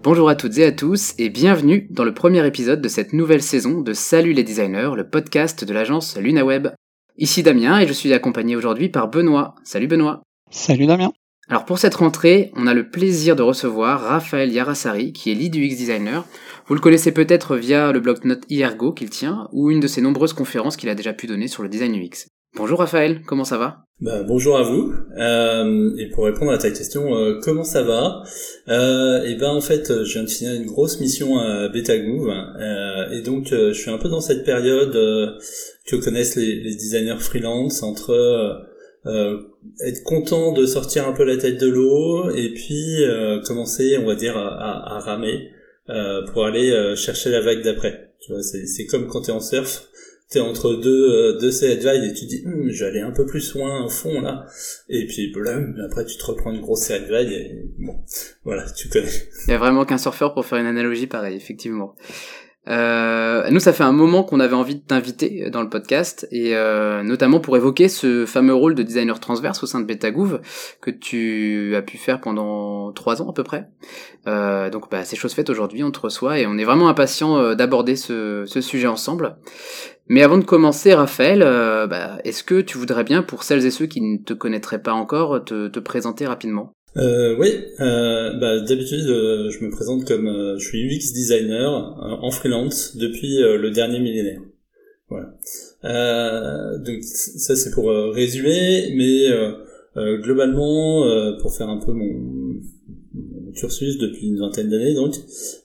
Bonjour à toutes et à tous et bienvenue dans le premier épisode de cette nouvelle saison de Salut les designers, le podcast de l'agence LunaWeb. Ici Damien et je suis accompagné aujourd'hui par Benoît. Salut Benoît. Salut Damien. Alors pour cette rentrée, on a le plaisir de recevoir Raphaël Yarassari qui est lead UX designer. Vous le connaissez peut-être via le blog Note IRGO qu'il tient ou une de ses nombreuses conférences qu'il a déjà pu donner sur le design UX. Bonjour Raphaël, comment ça va ? Bonjour à vous. Et pour répondre à ta question, comment ça va ? En fait, je viens de finir une grosse mission à Betagouv, et donc je suis un peu dans cette période que connaissent les designers freelance entre être content de sortir un peu la tête de l'eau et puis commencer, on va dire, à ramer pour aller chercher la vague d'après. Tu vois, c'est comme quand t'es en surf. T'es entre deux ces vagues et tu dis je vais aller un peu plus loin au fond là, et puis après tu te reprends une grosse série de vagues et bon voilà, tu connais. Il y a vraiment qu'un surfeur pour faire une analogie pareille, effectivement. Nous, ça fait un moment qu'on avait envie de t'inviter dans le podcast et notamment pour évoquer ce fameux rôle de designer transverse au sein de Betagouv que tu as pu faire pendant 3 ans à peu près. Donc c'est chose faite aujourd'hui, on te reçoit et on est vraiment impatient d'aborder ce sujet ensemble. Mais avant de commencer, Raphaël, est-ce que tu voudrais bien, pour celles et ceux qui ne te connaîtraient pas encore, te présenter rapidement ? Oui, d'habitude je me présente comme je suis UX designer en freelance depuis le dernier millénaire. Voilà. Donc ça c'est pour résumer, mais globalement pour faire un peu mon cursus depuis une vingtaine d'années donc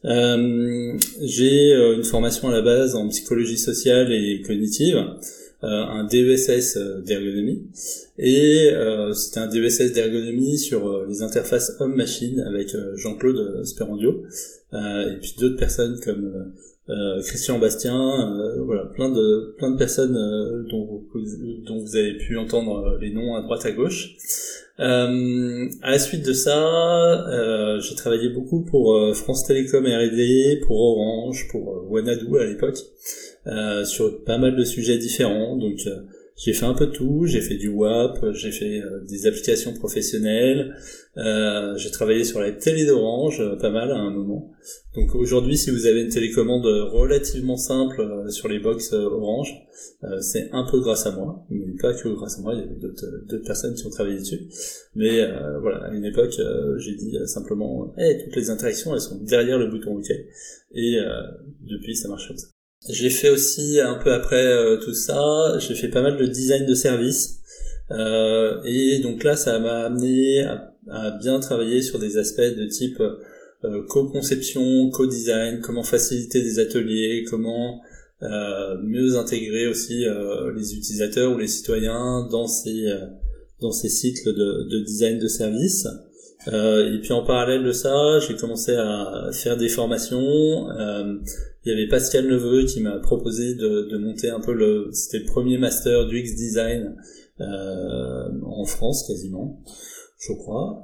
j'ai une formation à la base en psychologie sociale et cognitive, un DESS d'ergonomie et c'était un DESS d'ergonomie sur les interfaces homme-machine avec Jean-Claude Sperandio et puis d'autres personnes comme Christian Bastien, voilà, plein de personnes dont vous avez pu entendre les noms à droite à gauche. À la suite de ça, j'ai travaillé beaucoup pour France Télécom R&D, pour Orange, pour Wanadoo à l'époque, sur pas mal de sujets différents. Donc j'ai fait un peu de tout, j'ai fait du WAP, j'ai fait des applications professionnelles, j'ai travaillé sur la télé d'Orange, pas mal à un moment. Donc aujourd'hui, si vous avez une télécommande relativement simple sur les box Orange, c'est un peu grâce à moi, mais pas que grâce à moi, il y avait d'autres personnes qui ont travaillé dessus. Mais voilà, à une époque, j'ai dit simplement toutes les interactions, elles sont derrière le bouton OK. Et depuis, ça marche comme ça. J'ai fait aussi, un peu après tout ça, j'ai fait pas mal de design de service. Et donc là, ça m'a amené à bien travailler sur des aspects de type co-conception, co-design, comment faciliter des ateliers, comment mieux intégrer aussi les utilisateurs ou les citoyens dans ces cycles de design de service. Et puis en parallèle de ça, j'ai commencé à faire des formations. Il y avait Pascal Neveu qui m'a proposé de monter un peu c'était le premier master du UX design en France quasiment, je crois.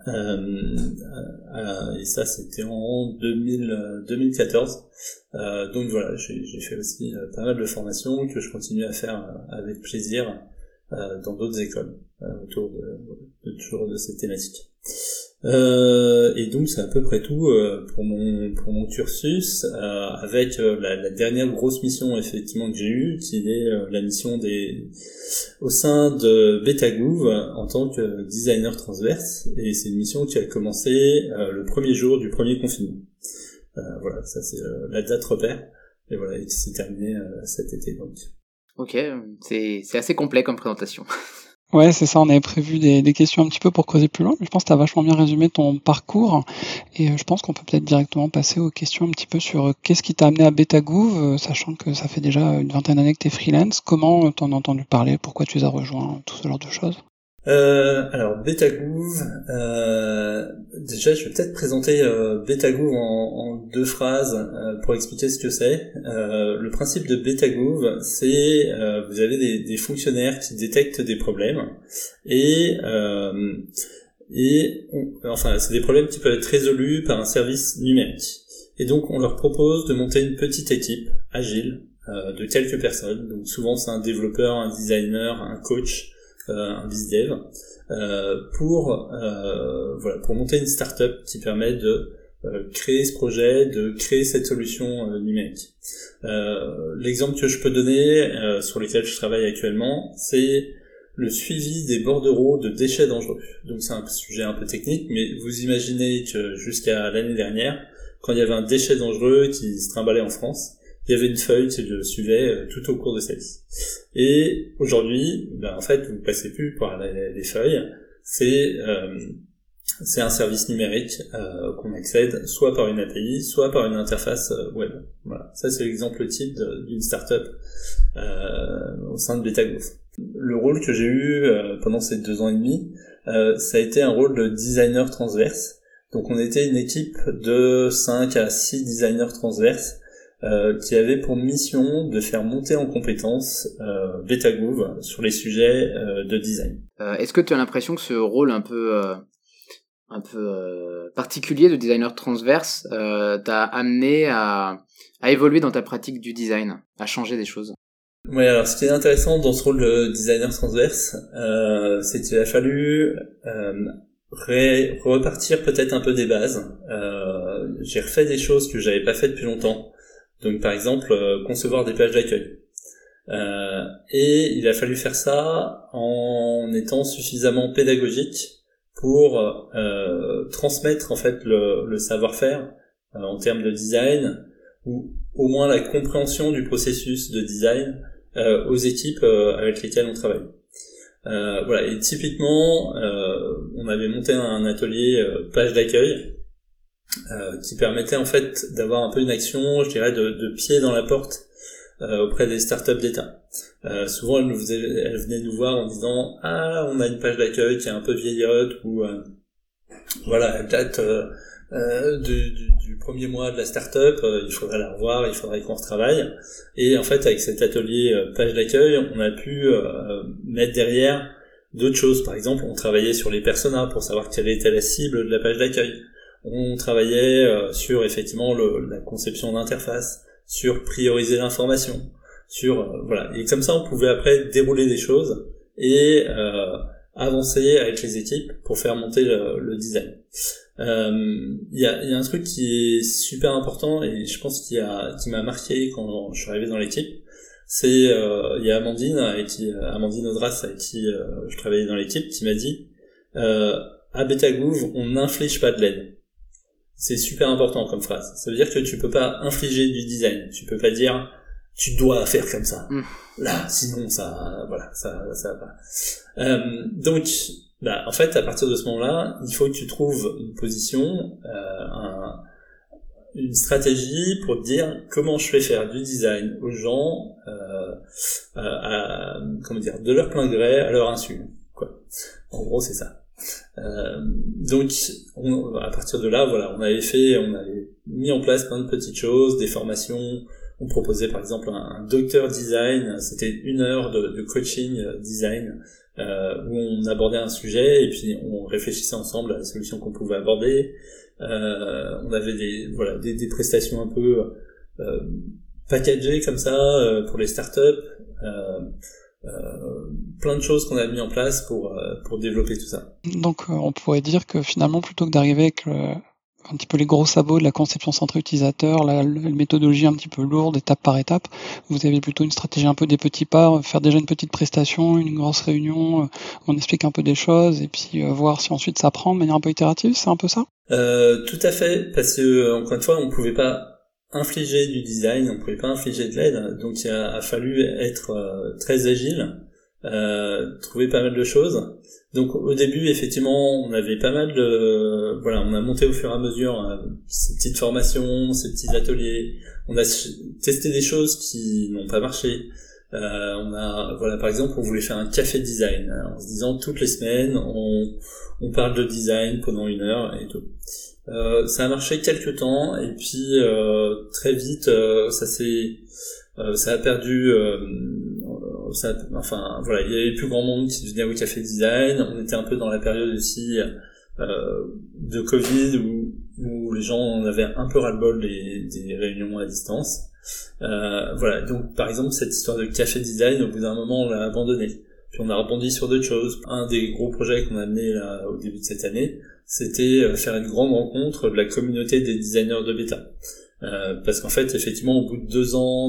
Et ça c'était en 2014. Donc voilà, j'ai fait aussi pas mal de formations que je continue à faire avec plaisir dans d'autres écoles autour toujours de cette thématique. Et donc c'est à peu près tout pour mon cursus, avec la dernière grosse mission effectivement que j'ai eue, qui est la mission au sein de Betagouv en tant que designer transverse, et c'est une mission qui a commencé le premier jour du premier confinement. Voilà, ça c'est la date repère, et voilà, et qui s'est terminée cet été donc. Ok, c'est assez complet comme présentation. Ouais, c'est ça, on avait prévu des questions un petit peu pour creuser plus loin, mais je pense que tu as vachement bien résumé ton parcours, et je pense qu'on peut peut-être directement passer aux questions un petit peu sur qu'est-ce qui t'a amené à Betagouv, sachant que ça fait déjà une vingtaine d'années que tu es freelance, comment t'en as entendu parler, pourquoi tu les as rejoints, tout ce genre de choses. Alors Betagouv, déjà je vais peut-être présenter Betagouv en 2 phrases pour expliquer ce que c'est. Le principe de Betagouv, c'est vous avez des fonctionnaires qui détectent des problèmes et c'est des problèmes qui peuvent être résolus par un service numérique. Et donc on leur propose de monter une petite équipe agile de quelques personnes. Donc souvent c'est un développeur, un designer, un coach, un bizdev, pour monter une start-up qui permet de créer ce projet, de créer cette solution numérique. L'exemple que je peux donner, sur lequel je travaille actuellement, c'est le suivi des bordereaux de déchets dangereux. Donc c'est un sujet un peu technique, mais vous imaginez que jusqu'à l'année dernière, quand il y avait un déchet dangereux qui se trimballait en France, il y avait une feuille qui le suivait tout au cours de sa vie. Et aujourd'hui, en fait, vous ne passez plus par les feuilles, c'est un service numérique qu'on accède soit par une API, soit par une interface web. Voilà, ça c'est l'exemple type d'une startup au sein de BetaGouv. Le rôle que j'ai eu pendant ces 2 ans et demi, ça a été un rôle de designer transverse. Donc on était une équipe de 5 à 6 designers transverses qui avait pour mission de faire monter en compétences BetaGouv sur les sujets de design. Est-ce que tu as l'impression que ce rôle un peu particulier de designer transverse t'a amené à évoluer dans ta pratique du design, à changer des choses? Ouais, alors ce qui est intéressant dans ce rôle de designer transverse, c'est qu'il a fallu repartir peut-être un peu des bases. J'ai refait des choses que j'avais pas fait depuis longtemps. Donc par exemple, concevoir des pages d'accueil. Et il a fallu faire ça en étant suffisamment pédagogique pour transmettre en fait le savoir-faire en termes de design, ou au moins la compréhension du processus de design aux équipes avec lesquelles on travaille. Voilà, et typiquement, on avait monté un atelier page d'accueil qui permettait en fait d'avoir un peu une action, je dirais, de pied dans la porte auprès des startups d'État. Souvent, elles venaient nous voir en disant « Ah, on a une page d'accueil qui est un peu vieillotte » ou voilà, elle date du premier mois de la startup, il faudrait la revoir, il faudrait qu'on retravaille. Et en fait, avec cet atelier page d'accueil, on a pu mettre derrière d'autres choses. Par exemple, on travaillait sur les personas pour savoir quelle était la cible de la page d'accueil. On travaillait sur effectivement la conception d'interface, sur prioriser l'information, sur voilà. Et comme ça, on pouvait après dérouler des choses et avancer avec les équipes pour faire monter le design. Il y a un truc qui est super important et je pense qui m'a marqué quand je suis arrivé dans l'équipe, c'est il y a Amandine Audras avec qui je travaillais dans l'équipe, qui m'a dit à BetaGouv on n'inflige pas de l'aide. C'est super important comme phrase. Ça veut dire que tu peux pas infliger du design, tu peux pas dire tu dois faire comme ça. Là, sinon ça va pas. Donc en fait, à partir de ce moment-là, il faut que tu trouves une position, une stratégie pour te dire comment je fais faire du design aux gens, de leur plein gré, à leur insu, quoi. En gros, c'est ça. Donc, à partir de là, voilà, on avait mis en place plein de petites choses, des formations. On proposait par exemple un docteur design, c'était 1 heure de coaching design, où on abordait un sujet et puis on réfléchissait ensemble à la solution qu'on pouvait aborder. On avait des prestations un peu packagées comme ça pour les startups, plein de choses qu'on a mis en place pour développer tout ça. Donc on pourrait dire que finalement, plutôt que d'arriver avec un petit peu les gros sabots de la conception centrée utilisateur, la méthodologie un petit peu lourde, étape par étape, vous avez plutôt une stratégie un peu des petits pas, faire déjà une petite prestation, une grosse réunion, on explique un peu des choses et puis voir si ensuite ça prend de manière un peu itérative, c'est un peu ça? Tout à fait, parce que encore une fois, on pouvait pas infliger du design, on pouvait pas infliger de l'aide, donc il a fallu être très agile, trouver pas mal de choses. Donc au début, effectivement, on avait pas mal on a monté au fur et à mesure ces petites formations, ces petits ateliers. On a testé des choses qui n'ont pas marché. Par exemple, on voulait faire un café design, en se disant toutes les semaines, on parle de design pendant 1 heure et tout. Ça a marché quelques temps et puis très vite, ça a perdu. Il y avait plus grand monde qui venait au café design. On était un peu dans la période aussi de Covid où les gens en avaient un peu ras-le-bol des réunions à distance. Donc par exemple cette histoire de café design, au bout d'un moment on l'a abandonné. puis on a rebondi sur d'autres choses. Un des gros projets qu'on a mené là au début de cette année, c'était faire une grande rencontre de la communauté des designers de bêta. Parce qu'en fait, effectivement, au bout de 2 ans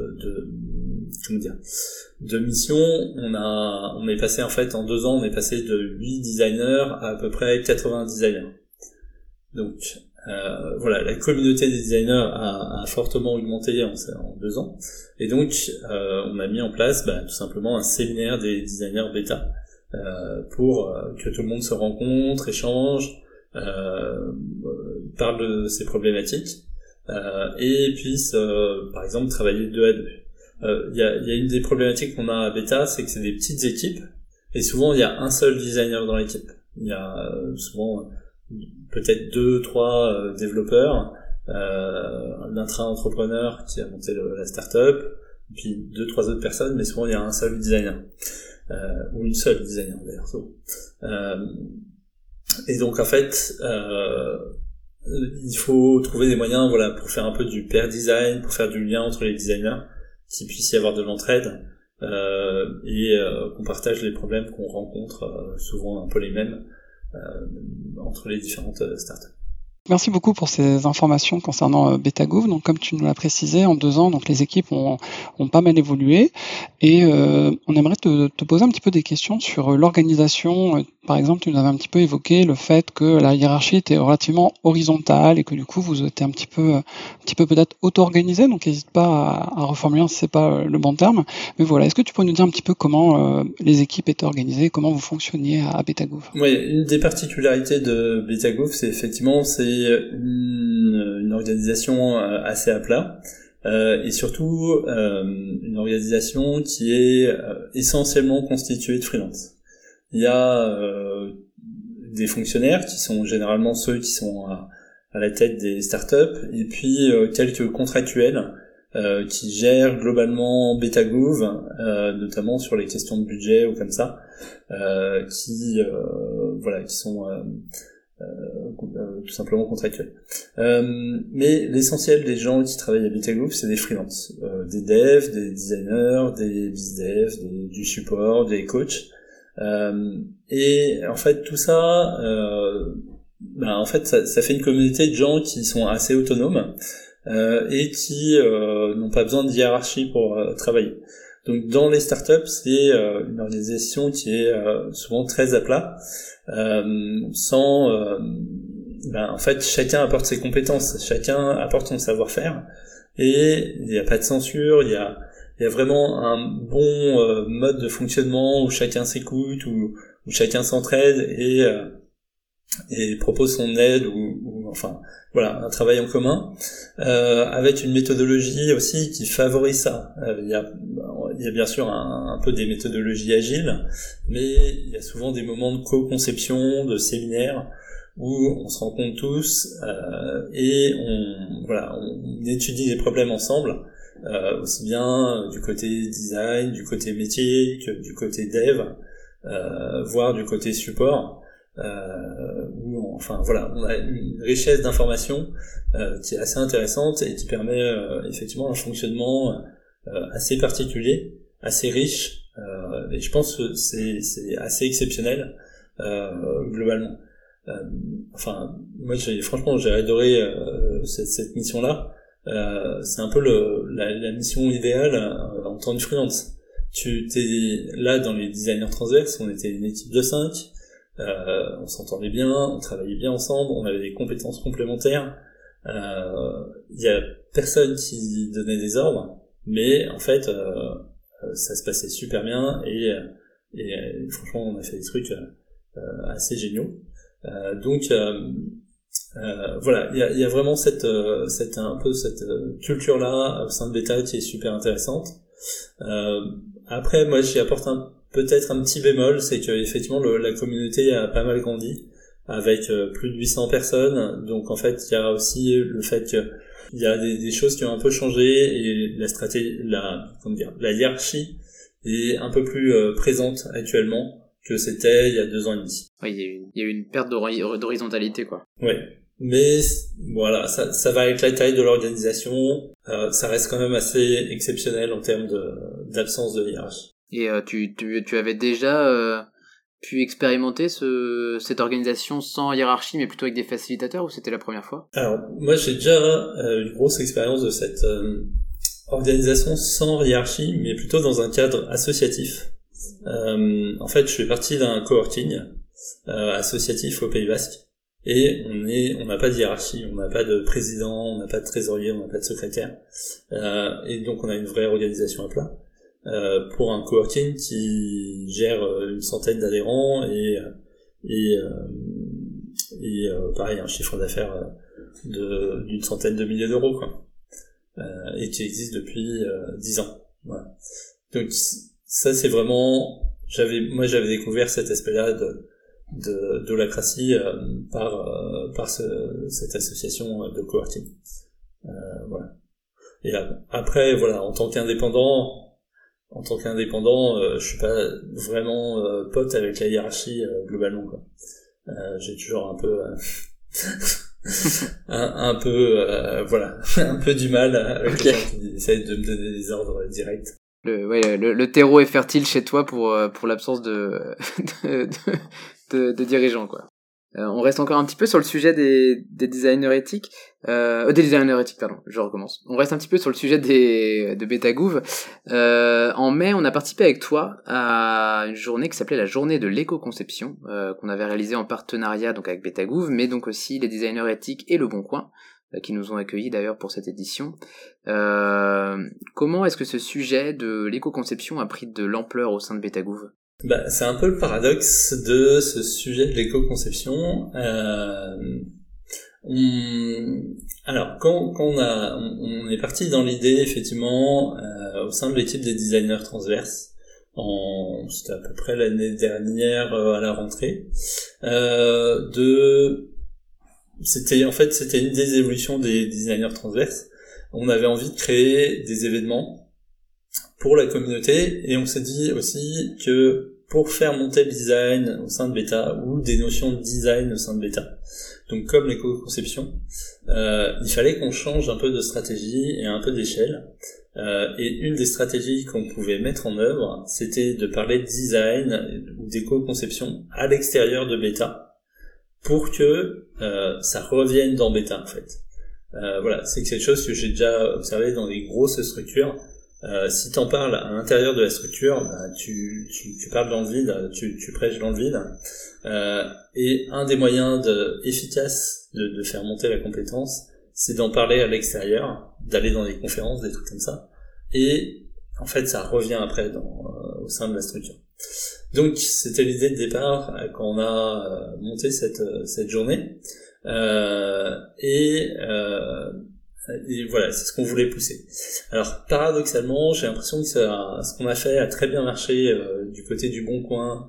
de mission, on est passé, en fait, en 2 ans, on est passé de 8 designers à peu près 80 designers. Donc, voilà, la communauté des designers a fortement augmenté en 2 ans. Et donc, on a mis en place, tout simplement un séminaire des designers bêta, pour que tout le monde se rencontre, échange, parle de ses problématiques, et puisse, par exemple, travailler 2 à 2. Il y a une des problématiques qu'on a à bêta, c'est que c'est des petites équipes, et souvent il y a un seul designer dans l'équipe. Il y a souvent peut-être 2-3 développeurs, l'intra-entrepreneur qui a monté la startup, puis 2-3 autres personnes, mais souvent il y a un seul designer, ou une seule designer d'ailleurs. Et donc en fait, il faut trouver des moyens, voilà, pour faire un peu du pair design, pour faire du lien entre les designers, qu'il puisse y avoir de l'entraide, et qu'on partage les problèmes qu'on rencontre, souvent un peu les mêmes, entre les différentes startups. Merci beaucoup pour ces informations concernant BetaGouv. Donc, comme tu nous l'as précisé, en 2 ans, donc les équipes ont pas mal évolué, et on aimerait te poser un petit peu des questions sur l'organisation. Par exemple, tu nous avais un petit peu évoqué le fait que la hiérarchie était relativement horizontale et que du coup, vous étiez un petit peu peut-être auto-organisé. Donc, n'hésite pas à reformuler si c'est pas le bon terme. Mais voilà, est-ce que tu pourrais nous dire un petit peu comment les équipes étaient organisées, comment vous fonctionniez à BetaGouv? Oui, une des particularités de BetaGouv, c'est effectivement une organisation assez à plat, et surtout une organisation qui est essentiellement constituée de freelance. Il y a des fonctionnaires qui sont généralement ceux qui sont à la tête des startups, et puis quelques contractuels qui gèrent globalement BetaGouv, notamment sur les questions de budget ou comme ça, qui sont tout simplement contractuels. Mais l'essentiel des gens qui travaillent à BetaGouv, c'est des freelances, des devs, des designers, des biz-devs, du support, des coachs. Et en fait tout ça, en fait ça fait une communauté de gens qui sont assez autonomes, et qui n'ont pas besoin de hiérarchie pour travailler. Donc dans les startups, c'est une organisation qui est souvent très à plat, en fait chacun apporte ses compétences, chacun apporte son savoir-faire, et il n'y a pas de censure, il y a vraiment un bon mode de fonctionnement où chacun s'écoute, où chacun s'entraide et propose son aide, ou enfin voilà, un travail en commun, avec une méthodologie aussi qui favorise ça. Il y a bien sûr un peu des méthodologies agiles, mais il y a souvent des moments de co-conception, de séminaires, où on se rencontre tous, et on étudie les problèmes ensemble, aussi bien du côté design, du côté métier, que du côté dev, voire du côté support. Où on a une richesse d'informations qui est assez intéressante et qui permet effectivement un fonctionnement assez particulier, assez riche, et je pense que c'est assez exceptionnel globalement. Moi j'ai adoré cette mission-là. C'est un peu la mission idéale en tant que freelance. Tu t'es là dans les designers transverses, on était une équipe de 5. On s'entendait bien, on travaillait bien ensemble, on avait des compétences complémentaires. Il y a personne qui donnait des ordres, mais en fait, ça se passait super bien, et franchement, on a fait des trucs assez géniaux. Donc voilà, il y a vraiment cette culture-là au sein de Beta qui est super intéressante. Après, moi, j'y apporte peut-être un petit bémol, c'est que effectivement la communauté a pas mal grandi, avec plus de 800 personnes. Donc en fait, il y a aussi le fait que il y a des choses qui ont un peu changé, et la hiérarchie est un peu plus présente actuellement que c'était il y a 2 ans et demi. Oui, il y a eu une perte d'horizontalité, quoi. Ouais. Mais voilà, ça va avec la taille de l'organisation, ça reste quand même assez exceptionnel en termes d'absence de hiérarchie. Et tu avais déjà pu expérimenter cette organisation sans hiérarchie, mais plutôt avec des facilitateurs, ou c'était la première fois? Alors, moi, j'ai déjà une grosse expérience de cette organisation sans hiérarchie, mais plutôt dans un cadre associatif. En fait, je fais partie d'un coworking associatif au Pays Basque, et on n'a pas de hiérarchie, on n'a pas de président, on n'a pas de trésorier, on n'a pas de secrétaire, et donc on a une vraie organisation à plat. Pour un coworking qui gère une centaine d'adhérents et pareil un chiffre d'affaires d'une centaine de milliers d'euros quoi, et qui existe depuis 10 ans. Voilà. Donc ça c'est vraiment j'avais découvert cet aspect-là de l'holacratie par cette association de coworking. Voilà. Et après voilà, en tant qu'indépendant, je suis pas vraiment pote avec la hiérarchie globalement quoi. J'ai toujours un peu voilà, un peu du mal avec les gens qui essayent de me donner des ordres directs. Le terreau est fertile chez toi pour l'absence de dirigeants quoi. On reste encore un petit peu sur le sujet des designers éthiques. Des designers éthiques, pardon, je recommence. On reste un petit peu sur le sujet de Betagouv. En mai, on a participé avec toi à une journée qui s'appelait la journée de l'éco-conception, qu'on avait réalisée en partenariat donc avec Betagouv, mais donc aussi les designers éthiques et Le Bon Coin, qui nous ont accueillis d'ailleurs pour cette édition. Comment est-ce que ce sujet de l'éco-conception a pris de l'ampleur au sein de Betagouv? Bah, c'est un peu le paradoxe de ce sujet de l'éco-conception. Alors, quand on est parti dans l'idée, effectivement, au sein de l'équipe des designers transverses, c'était à peu près l'année dernière à la rentrée, c'était une des évolutions des designers transverses. On avait envie de créer des événements pour la communauté, et on s'est dit aussi que pour faire monter le design au sein de Beta, ou des notions de design au sein de Beta, donc comme l'éco-conception, il fallait qu'on change un peu de stratégie et un peu d'échelle, et une des stratégies qu'on pouvait mettre en œuvre, c'était de parler de design ou d'éco-conception à l'extérieur de Beta, pour que ça revienne dans Beta en fait. Voilà, c'est quelque chose que j'ai déjà observé dans les grosses structures. Si t'en parles à l'intérieur de la structure, bah, tu parles dans le vide, tu prêches dans le vide. Et un des moyens efficaces de faire monter la compétence, c'est d'en parler à l'extérieur, d'aller dans des conférences, des trucs comme ça. Et en fait, ça revient après au sein de la structure. Donc, c'était l'idée de départ quand on a monté cette journée. Et voilà, c'est ce qu'on voulait pousser. Alors paradoxalement, j'ai l'impression que ce qu'on a fait a très bien marché du côté du Bon Coin,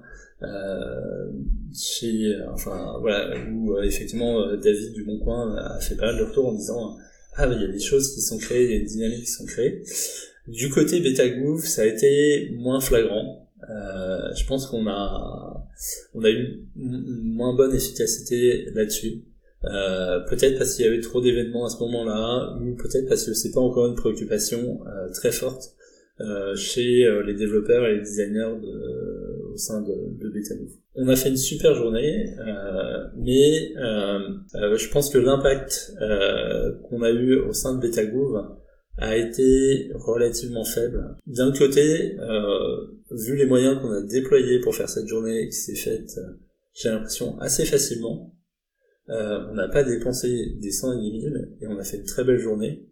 où effectivement David du Bon Coin a fait pas mal de retours en disant il y a des choses qui sont créées, il y a des dynamiques qui sont créées. Du côté Betagouv, ça a été moins flagrant. Je pense qu'on a eu une moins bonne efficacité là-dessus. Peut-être parce qu'il y avait trop d'événements à ce moment-là, ou peut-être parce que c'est pas encore une préoccupation très forte chez les développeurs et les designers au sein de Betagouv. On a fait une super journée, mais je pense que l'impact qu'on a eu au sein de Betagouv a été relativement faible. D'un autre côté, vu les moyens qu'on a déployés pour faire cette journée, qui s'est faite, j'ai l'impression, assez facilement, on n'a pas dépensé des 100 et des 1000, et on a fait une très belle journée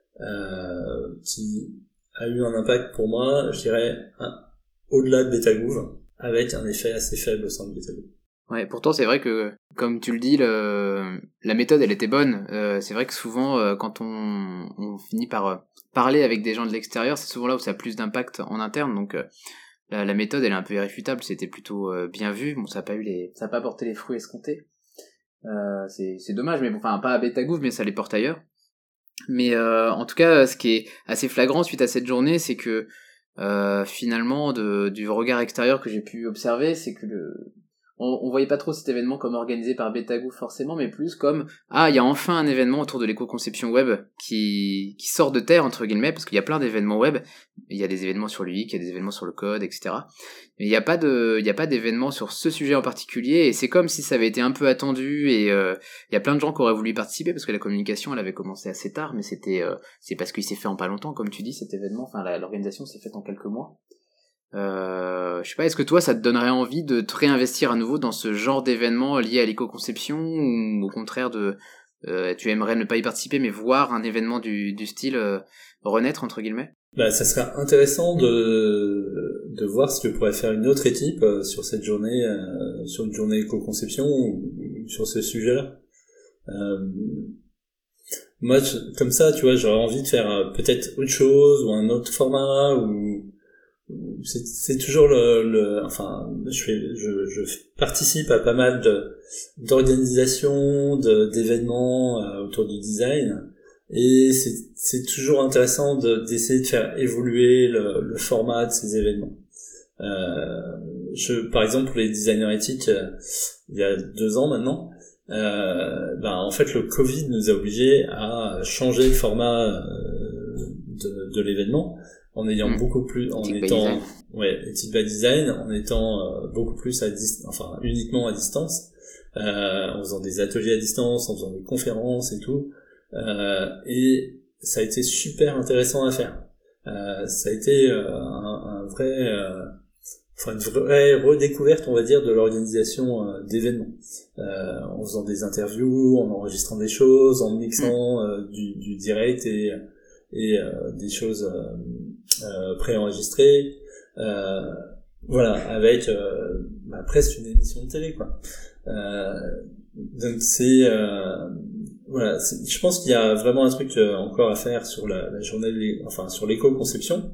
qui a eu un impact pour moi, je dirais, au-delà de Betagouv, avec un effet assez faible au sein de Betagouv. Ouais, pourtant c'est vrai que, comme tu le dis, la méthode elle était bonne. C'est vrai que souvent, quand on finit par parler avec des gens de l'extérieur, c'est souvent là où ça a plus d'impact en interne, donc la méthode elle est un peu irréfutable, c'était plutôt bien vu. Bon, ça a pas porté les fruits escomptés. C'est dommage, mais bon, enfin pas à Betagouv, mais ça les porte ailleurs. Mais en tout cas, ce qui est assez flagrant suite à cette journée, c'est que finalement, du regard extérieur que j'ai pu observer, c'est que on voyait pas trop cet événement comme organisé par Betagoo forcément, mais plus comme il y a enfin un événement autour de l'éco-conception web qui sort de terre entre guillemets, parce qu'il y a plein d'événements web, il y a des événements sur l'UX, il y a des événements sur le code, etc. Mais il y a pas d'événement sur ce sujet en particulier, et c'est comme si ça avait été un peu attendu, et il y a plein de gens qui auraient voulu y participer parce que la communication elle avait commencé assez tard, mais c'est parce qu'il s'est fait en pas longtemps, comme tu dis, cet événement, enfin l'organisation s'est faite en quelques mois. Je sais pas, est-ce que toi ça te donnerait envie de te réinvestir à nouveau dans ce genre d'événement lié à l'éco-conception, ou au contraire tu aimerais ne pas y participer mais voir un événement du style renaître entre guillemets? Ça serait intéressant de voir ce que pourrait faire une autre équipe sur cette journée, sur une journée éco-conception ou sur ce sujet-là. Moi, comme ça, tu vois, j'aurais envie de faire peut-être autre chose ou un autre format, ou c'est toujours enfin, je participe à pas mal d'organisations, d'événements autour du design, et c'est toujours intéressant d'essayer de faire évoluer le format de ces événements. Par exemple, les designers éthiques, il y a 2 ans maintenant, en fait, le Covid nous a obligés à changer le format de l'événement, en ayant beaucoup plus, Ethic by Design, en étant beaucoup plus uniquement à distance, en faisant des ateliers à distance, en faisant des conférences et tout, et ça a été super intéressant à faire. Ça a été une vraie redécouverte, on va dire, de l'organisation d'événements, en faisant des interviews, en enregistrant des choses, en mixant du direct et des choses préenregistrées, avec presque une émission de télé, quoi. Donc je pense qu'il y a vraiment un truc encore à faire sur la journée, sur l'éco-conception,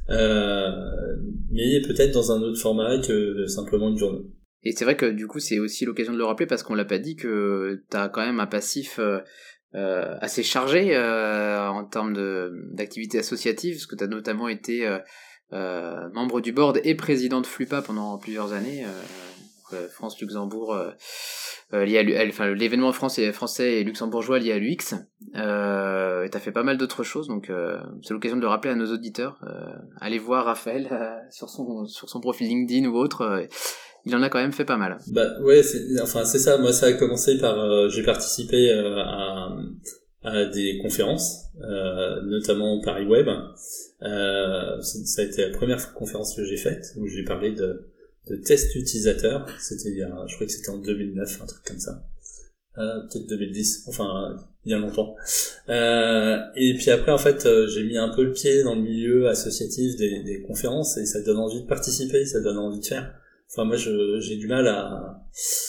mais peut-être dans un autre format que simplement une journée. Et c'est vrai que du coup c'est aussi l'occasion de le rappeler, parce qu'on l'a pas dit, que t'as quand même un passif assez chargé en termes d'activités associatives, parce que t'as notamment été membre du board et président de FLUPA pendant plusieurs années, France-Luxembourg, lié à l'événement français et luxembourgeois lié à l'UX, et t'as fait pas mal d'autres choses, donc c'est l'occasion de le rappeler à nos auditeurs. Allez voir Raphaël sur son profil LinkedIn ou autre, il en a quand même fait pas mal. C'est ça. Moi, ça a commencé par j'ai participé à des conférences, notamment Paris Web. Ça a été la première conférence que j'ai faite, où j'ai parlé de tests utilisateurs. C'était je crois que c'était en 2009, un truc comme ça. Peut-être 2010, il y a longtemps. Et puis après, en fait, j'ai mis un peu le pied dans le milieu associatif des conférences, et ça donne envie de participer, ça donne envie de faire. Moi, j'ai du mal à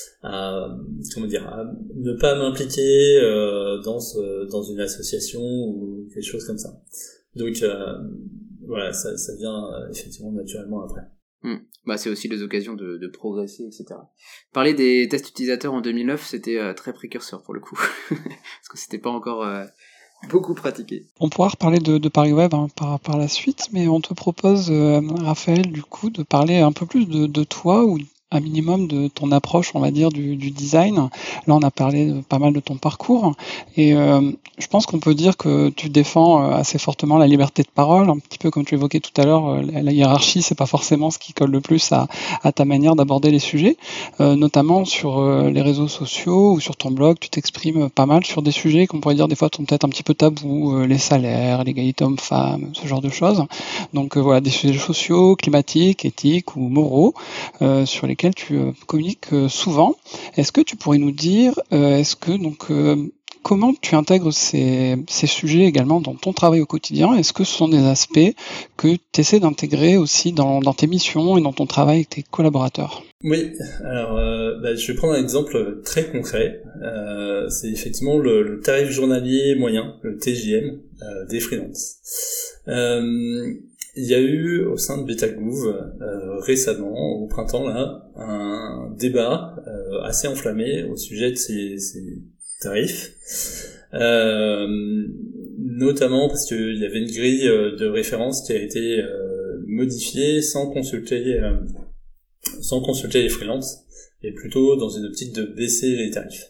ne pas m'impliquer dans une association ou quelque chose comme ça. Donc ça vient effectivement naturellement après. C'est aussi des occasions de progresser, etc. Parler des tests utilisateurs en 2009, c'était très précurseur pour le coup, parce que c'était pas encore beaucoup pratiqué. On pourra reparler de Paris Web par la suite, mais on te propose, Raphaël, du coup, de parler un peu plus de toi, ou un minimum de ton approche, on va dire, du design. Là, on a parlé pas mal de ton parcours, et je pense qu'on peut dire que tu défends assez fortement la liberté de parole, un petit peu comme tu évoquais tout à l'heure. La hiérarchie, c'est pas forcément ce qui colle le plus à ta manière d'aborder les sujets, notamment sur les réseaux sociaux ou sur ton blog. Tu t'exprimes pas mal sur des sujets qu'on pourrait dire des fois sont peut-être un petit peu tabous, les salaires, l'égalité homme-femme, ce genre de choses. Donc des sujets sociaux, climatiques, éthiques ou moraux, sur lesquels tu communiques souvent. Est-ce que tu pourrais nous dire, comment tu intègres ces sujets également dans ton travail au quotidien? Est-ce que ce sont des aspects que tu essaies d'intégrer aussi dans tes missions et dans ton travail avec tes collaborateurs? Oui, alors je vais prendre un exemple très concret. C'est effectivement le tarif journalier moyen, le TJM, des freelances. Il y a eu au sein de Betagoo récemment, au printemps là, un débat assez enflammé au sujet de ces tarifs, notamment parce qu'il y avait une grille de référence qui a été modifiée sans consulter les freelances, et plutôt dans une optique de baisser les tarifs.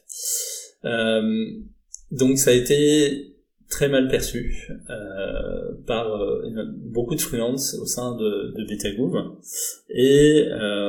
Donc ça a été très mal perçu par beaucoup de freelance au sein de Betagouv, et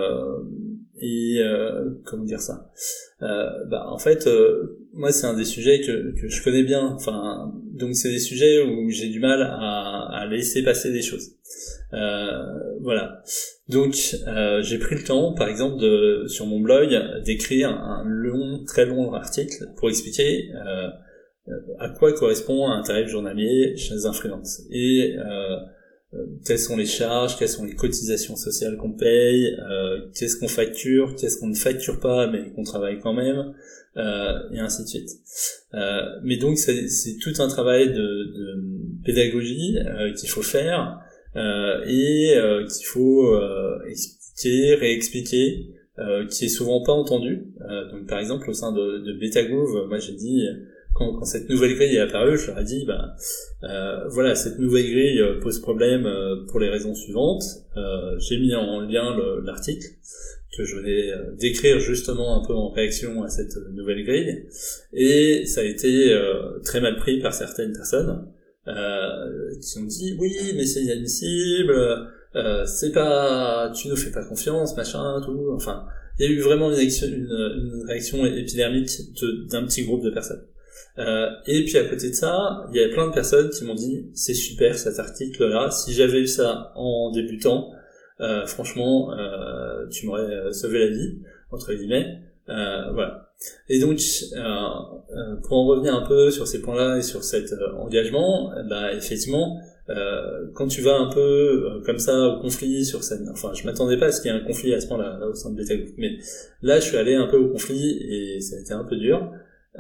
comment dire ça, en fait moi c'est un des sujets que je connais bien, enfin donc c'est des sujets où j'ai du mal à laisser passer des choses, voilà. Donc j'ai pris le temps par exemple sur mon blog d'écrire un très long article pour expliquer à quoi correspond un tarif journalier chez un freelance, et quelles sont les charges, quelles sont les cotisations sociales qu'on paye, qu'est-ce qu'on facture, qu'est-ce qu'on ne facture pas mais qu'on travaille quand même, et ainsi de suite. Mais donc c'est tout un travail de pédagogie qu'il faut faire, et qu'il faut expliquer, réexpliquer, qui est souvent pas entendu. Donc par exemple au sein de Betagouv, moi j'ai dit, quand cette nouvelle grille est apparue, je leur ai dit, voilà, cette nouvelle grille pose problème pour les raisons suivantes. J'ai mis en lien l'article que je venais d'écrire justement un peu en réaction à cette nouvelle grille, et ça a été très mal pris par certaines personnes qui ont dit, oui, mais c'est inadmissible, c'est pas, tu nous fais pas confiance, machin, tout. Enfin, il y a eu vraiment une réaction épidermique d'un petit groupe de personnes. Et puis à côté de ça, il y a plein de personnes qui m'ont dit c'est super cet article-là, si j'avais eu ça en débutant, franchement, tu m'aurais sauvé la vie, entre guillemets, voilà. Et donc, pour en revenir un peu sur ces points-là et sur cet engagement, effectivement, quand tu vas un peu comme ça au conflit sur cette, enfin, je m'attendais pas à ce qu'il y ait un conflit à ce point-là au sein de Betagouv, mais là, je suis allé un peu au conflit et ça a été un peu dur.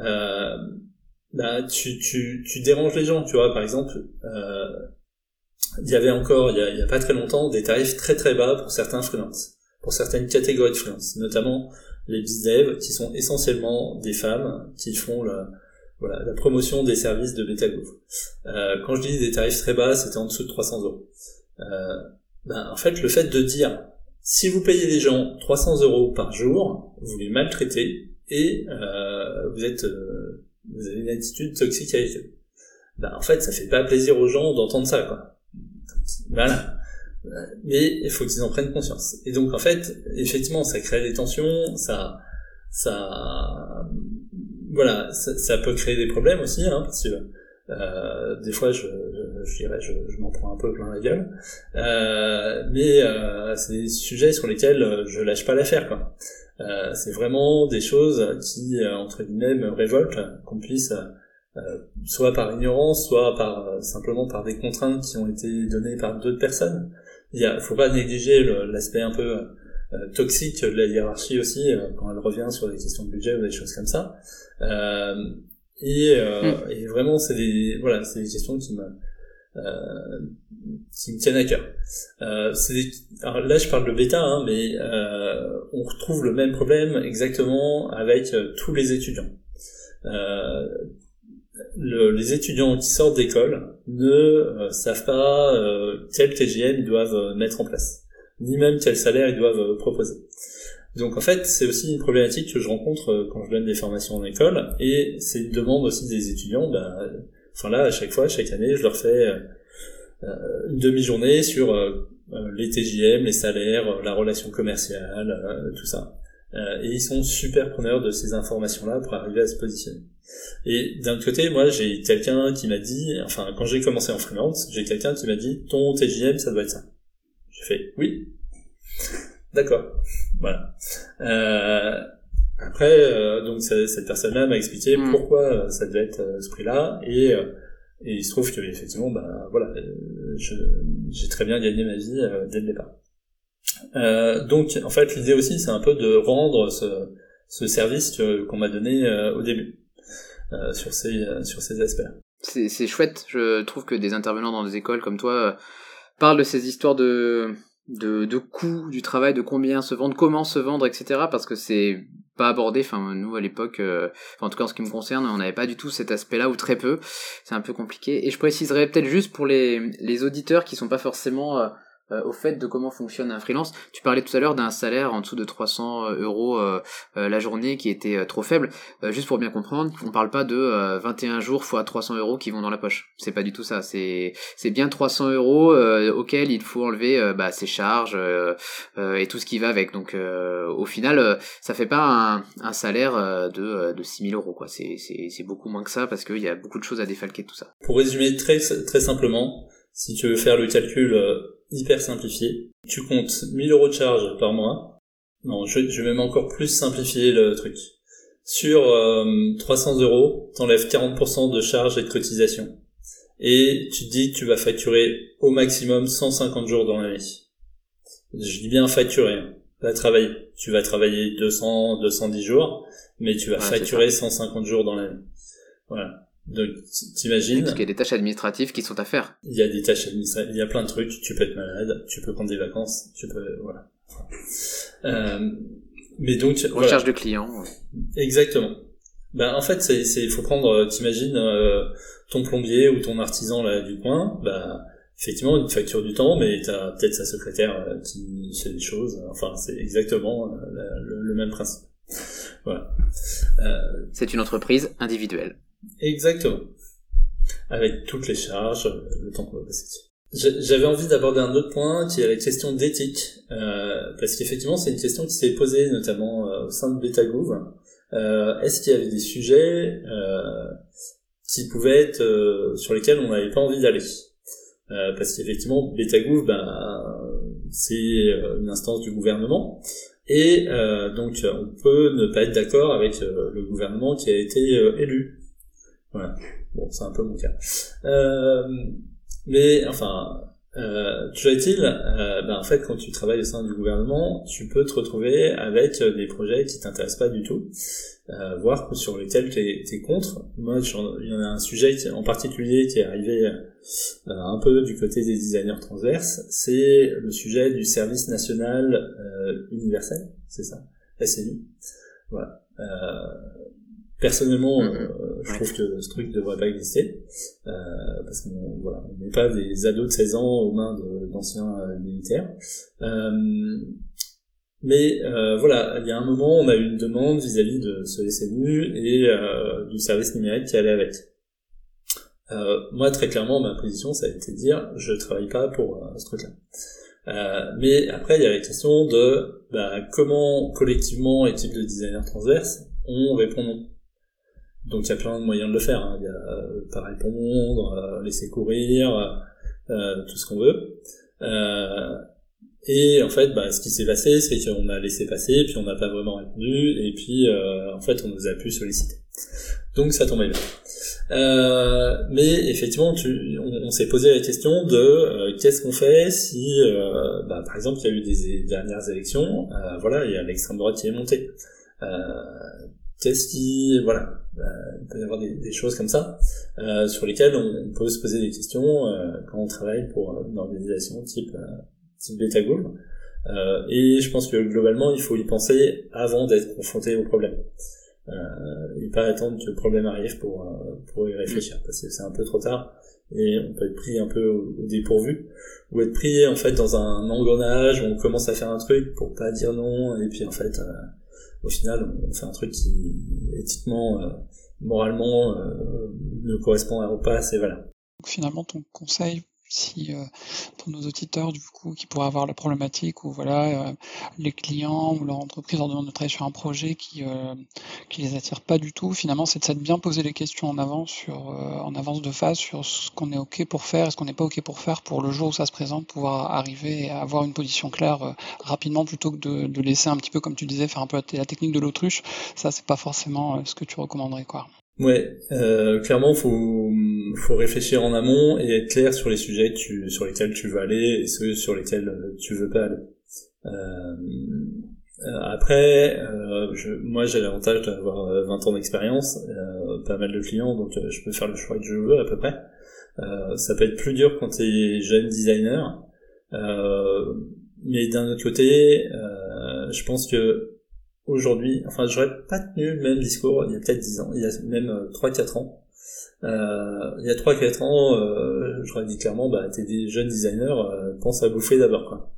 Tu déranges les gens, tu vois. Par exemple, il y avait encore il y a pas très longtemps des tarifs très très bas pour certains freelances, pour certaines catégories de freelance, notamment les bizdev, qui sont essentiellement des femmes qui font la promotion des services de Betagouv. Quand je dis des tarifs très bas, c'était en dessous de 300 €. En fait, le fait de dire si vous payez les gens 300 € par jour, vous les maltraitez et vous avez une attitude toxique avec eux. En fait, ça fait pas plaisir aux gens d'entendre ça, quoi. Voilà. Mais il faut qu'ils en prennent conscience. Et donc, en fait, effectivement, ça crée des tensions, ça peut créer des problèmes aussi, hein, parce que des fois, je dirais, je m'en prends un peu plein la gueule. Mais c'est des sujets sur lesquels je lâche pas l'affaire, quoi. C'est vraiment des choses qui, entre guillemets, me révoltent, qu'on puisse, soit par ignorance, soit simplement par des contraintes qui ont été données par d'autres personnes. Faut pas négliger l'aspect un peu toxique de la hiérarchie aussi, quand elle revient sur des questions de budget ou des choses comme ça. Et vraiment, c'est des questions qui me tiennent à cœur. Alors là, je parle de bêta, hein, mais on retrouve le même problème exactement avec tous les étudiants. Les étudiants qui sortent d'école ne savent pas quel TJM ils doivent mettre en place, ni même quel salaire ils doivent proposer. Donc en fait, c'est aussi une problématique que je rencontre quand je donne des formations en école, et c'est une demande aussi des étudiants. Là, à chaque année, je leur fais une demi-journée sur les TJM, les salaires, la relation commerciale, tout ça. Et ils sont super preneurs de ces informations-là pour arriver à se positionner. Et d'un autre côté, moi, j'ai quelqu'un qui m'a dit, quand j'ai commencé en freelance, j'ai quelqu'un qui m'a dit, ton TJM, ça doit être ça. J'ai fait, oui. D'accord. Voilà. Après, donc cette personne-là m'a expliqué pourquoi ça devait être ce prix-là, et il se trouve que effectivement, j'ai très bien gagné ma vie dès le départ. Donc, en fait, l'idée aussi, c'est un peu de rendre ce service qu'on m'a donné au début sur ces aspects-là. C'est chouette. Je trouve que des intervenants dans des écoles comme toi parlent de ces histoires de coûts du travail, de combien se vendre, comment se vendre, etc. Parce que c'est pas abordé. Nous à l'époque, en tout cas en ce qui me concerne, on n'avait pas du tout cet aspect-là, ou très peu. C'est un peu compliqué. Et je préciserais peut-être juste pour les auditeurs qui sont pas forcément au fait de comment fonctionne un freelance. Tu parlais tout à l'heure d'un salaire en dessous de 300 euros la journée qui était trop faible. Juste pour bien comprendre, on parle pas de 21 jours fois 300 euros qui vont dans la poche. C'est pas du tout ça. C'est bien 300 euros auxquels il faut enlever ses charges et tout ce qui va avec. Donc au final, ça fait pas un salaire de 6000 euros quoi. C'est beaucoup moins que ça parce qu'il y a beaucoup de choses à défalquer de tout ça. Pour résumer très simplement, si tu veux faire le calcul hyper simplifié, tu comptes 1000 euros de charge par mois. Non, je vais même encore plus simplifier le truc. Sur 300 euros, t'enlèves 40% de charges et de cotisations. Et tu te dis que tu vas facturer au maximum 150 jours dans l'année. Je dis bien facturer, hein, pas travailler. Tu vas travailler 210 jours, mais tu vas facturer 150 jours dans l'année. Voilà. Donc, t'imagines. Parce qu'il y a des tâches administratives qui sont à faire. Il y a des tâches administratives, il y a plein de trucs. Tu peux être malade, tu peux prendre des vacances, voilà. Mais donc. Recherche de clients. Exactement. En fait, faut prendre, t'imagines, ton plombier ou ton artisan, là, du coin, effectivement, il te facture du temps, mais t'as peut-être sa secrétaire qui fait des choses. Enfin, c'est exactement le même principe. Voilà. C'est une entreprise individuelle. Exactement. Avec toutes les charges, le temps qu'on va passer dessus. J'avais envie d'aborder un autre point qui est la question d'éthique, parce qu'effectivement c'est une question qui s'est posée notamment au sein de BetaGouv. Est-ce qu'il y avait des sujets qui pouvaient être sur lesquels on n'avait pas envie d'aller, parce qu'effectivement BetaGouv, c'est une instance du gouvernement. Et donc on peut ne pas être d'accord avec le gouvernement qui a été élu. Voilà. Bon, c'est un peu mon cas. Mais enfin, toujours est-il, en fait, quand tu travailles au sein du gouvernement, tu peux te retrouver avec des projets qui t'intéressent pas du tout, voire sur lesquels t'es contre. Moi, il y en a un sujet en particulier qui est arrivé un peu du côté des designers transverses, c'est le sujet du service national universel, c'est ça, SNI. Voilà. Personnellement, je trouve que ce truc devrait pas exister, parce qu'on n'est pas des ados de 16 ans aux mains d'anciens militaires. Mais il y a un moment, on a eu une demande vis-à-vis de ce SNU et du service numérique qui allait avec. Moi, très clairement, ma position, ça a été de dire, je travaille pas pour ce truc-là. Mais après, il y a la question de comment collectivement, équipe de designers transverses, on répond non. Donc il y a plein de moyens de le faire, hein. Il y a pas répondre, laisser courir, tout ce qu'on veut. Et en fait, ce qui s'est passé, c'est qu'on a laissé passer, puis on n'a pas vraiment répondu, et puis en fait on nous a pu solliciter. Donc ça tombait bien. Mais effectivement, on s'est posé la question de qu'est-ce qu'on fait si, par exemple, il y a eu des dernières élections, il y a l'extrême droite qui est montée. Il peut y avoir des choses comme ça sur lesquelles on peut se poser des questions quand on travaille pour une organisation type BetaGouv. Et je pense que globalement il faut y penser avant d'être confronté au problème, et pas attendre que le problème arrive pour y réfléchir, parce que c'est un peu trop tard et on peut être pris un peu au dépourvu, ou être pris en fait dans un engrenage où on commence à faire un truc pour pas dire non, et puis en fait au final, on fait un truc qui, éthiquement, moralement, ne correspond pas assez valable. Donc finalement, ton conseil, si pour nos auditeurs du coup qui pourraient avoir la problématique où les clients ou leur entreprise leur demandent de travailler sur un projet qui les attire pas du tout, finalement c'est de s'être bien posé les questions en avance de phase sur ce qu'on est ok pour faire et ce qu'on n'est pas ok pour faire, pour le jour où ça se présente pouvoir arriver à avoir une position claire rapidement, plutôt que de laisser un petit peu, comme tu disais, faire un peu la technique de l'autruche. Ça c'est pas forcément ce que tu recommanderais, quoi. Ouais, clairement, faut réfléchir en amont et être clair sur les sujets sur lesquels tu veux aller et ceux sur lesquels tu veux pas aller. Après, moi j'ai l'avantage d'avoir 20 ans d'expérience, pas mal de clients, donc je peux faire le choix que je veux à peu près. Ça peut être plus dur quand t'es jeune designer, mais d'un autre côté, je pense que aujourd'hui, j'aurais pas tenu le même discours il y a peut-être 10 ans, il y a même 3-4 ans. Il y a 3-4 ans, j'aurais dit clairement, t'es des jeunes designers, pense à bouffer d'abord, quoi.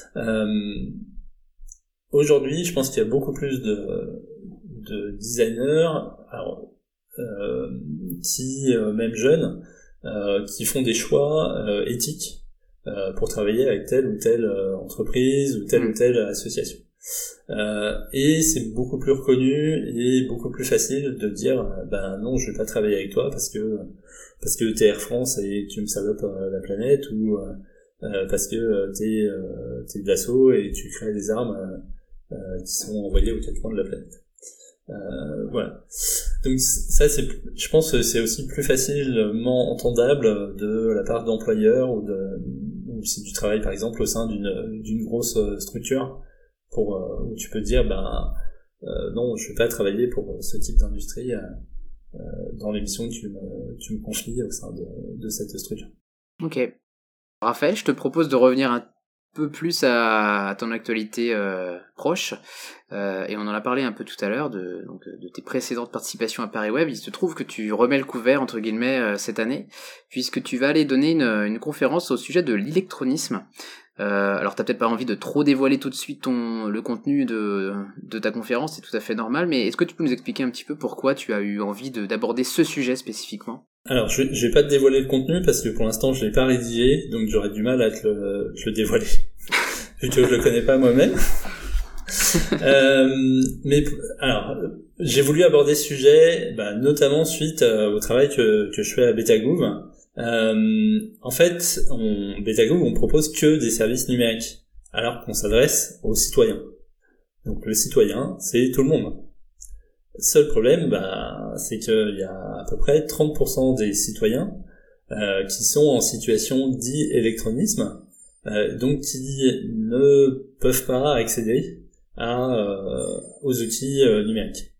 Aujourd'hui, je pense qu'il y a beaucoup plus de designers, alors, qui, même jeunes, qui font des choix éthiques pour travailler avec telle ou telle entreprise ou telle association. Et c'est beaucoup plus reconnu et beaucoup plus facile de dire non, je vais pas travailler avec toi parce que t'es Air France et que tu me salopes la planète, ou parce que t'es de l'assaut et tu crées des armes qui sont envoyées aux quatre coins de la planète. Voilà. Donc ça, je pense que c'est aussi plus facilement entendable de la part d'employeurs ou si tu travailles par exemple au sein d'une grosse structure, où tu peux dire non, je vais pas travailler pour ce type d'industrie dans les missions que tu me confies au sein de cette structure. Ok. Raphaël, je te propose de revenir un peu plus à ton actualité proche, et on en a parlé un peu tout à l'heure de tes précédentes participations à Paris Web. Il se trouve que tu remets le couvert entre guillemets cette année, puisque tu vas aller donner une conférence au sujet de l'électronisme. Alors t'as peut-être pas envie de trop dévoiler tout de suite le contenu de ta conférence, c'est tout à fait normal, mais est-ce que tu peux nous expliquer un petit peu pourquoi tu as eu envie d'aborder ce sujet spécifiquement ? Alors, je vais pas te dévoiler le contenu parce que pour l'instant je l'ai pas rédigé, donc j'aurais du mal à te le dévoiler, vu que je le connais pas moi-même. Mais alors, j'ai voulu aborder ce sujet, notamment suite au travail que je fais à Betagouv. En fait, Betagouv, on propose que des services numériques, alors qu'on s'adresse aux citoyens. Donc le citoyen, c'est tout le monde. Seul problème, c'est qu'il y a à peu près 30% des citoyens qui sont en situation d'illectronisme, donc qui ne peuvent pas accéder aux outils numériques.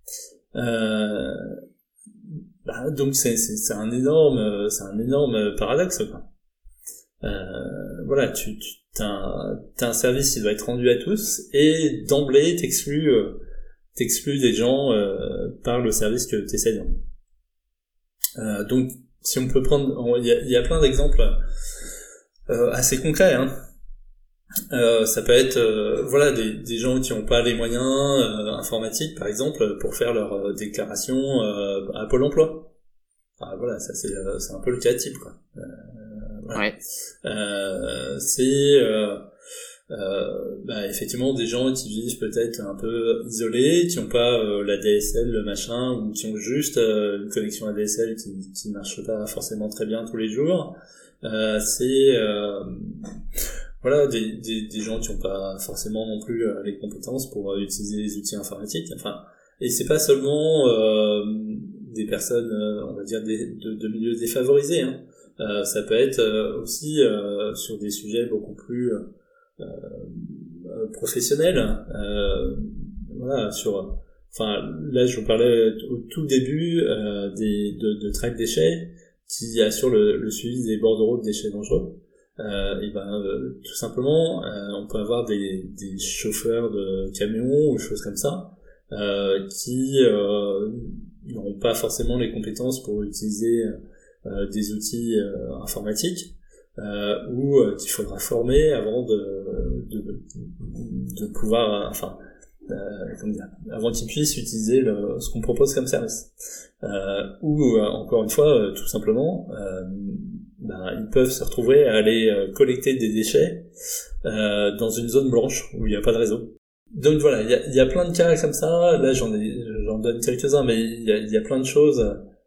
Donc c'est un énorme paradoxe, quoi. Voilà, t'as un service qui doit être rendu à tous, et d'emblée t'exclus des gens par le service que t'essayes de rendre. Donc si on peut prendre, il y a plein d'exemples assez concrets, hein. Ça peut être des gens qui n'ont pas les moyens informatiques, par exemple, pour faire leur déclaration à Pôle emploi. Voilà, ça c'est un peu le cas type, quoi. Voilà. Ouais. Effectivement des gens qui vivent peut-être un peu isolés, qui n'ont pas la DSL, le machin, ou qui ont juste une connexion ADSL qui marche pas forcément très bien tous les jours. Voilà, des gens qui n'ont pas forcément non plus les compétences pour utiliser les outils informatiques. Enfin, et c'est pas seulement des personnes, on va dire de milieux défavorisés, hein. Ça peut être aussi sur des sujets beaucoup plus professionnels. Voilà, là je vous parlais au tout début de Track Déchets, qui assure le suivi des bordereaux de déchets dangereux. Tout simplement, on peut avoir des chauffeurs de camions ou des choses comme ça qui n'auront pas forcément les compétences pour utiliser des outils informatiques, ou qu'il faudra former avant de pouvoir, avant qu'ils puissent utiliser ce qu'on propose comme service. Ou encore une fois, tout simplement, ils peuvent se retrouver à aller collecter des déchets dans une zone blanche où il n'y a pas de réseau. Donc voilà, il y a plein de cas comme ça. Là, j'en donne quelques-uns, mais il y a plein de choses.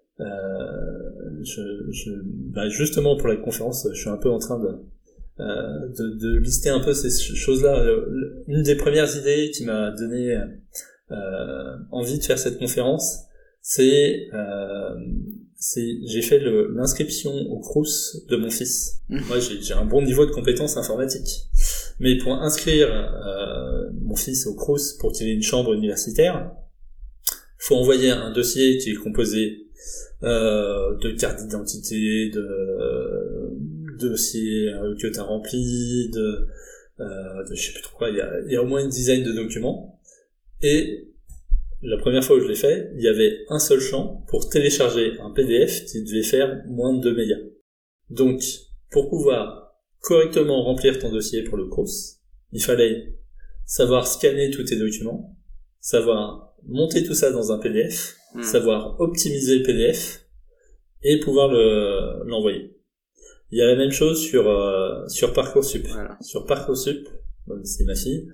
Justement pour la conférence, je suis un peu en train de lister un peu ces choses-là. Une des premières idées qui m'a donné envie de faire cette conférence, c'est j'ai fait l'inscription au Crous de mon fils. Moi, j'ai un bon niveau de compétences informatiques, mais pour inscrire mon fils au Crous pour qu'il ait une chambre universitaire, faut envoyer un dossier qui est composé de carte d'identité, de dossier que t'as rempli, de je sais plus trop quoi. Il y a au moins une dizaine de documents, et la première fois où je l'ai fait, il y avait un seul champ pour télécharger un PDF qui devait faire moins de 2 mégas. Donc, pour pouvoir correctement remplir ton dossier pour le CROUS, il fallait savoir scanner tous tes documents, savoir monter tout ça dans un PDF, savoir optimiser le PDF et pouvoir l'envoyer. Il y a la même chose sur Parcoursup. Voilà. Sur Parcoursup, c'est ma fille,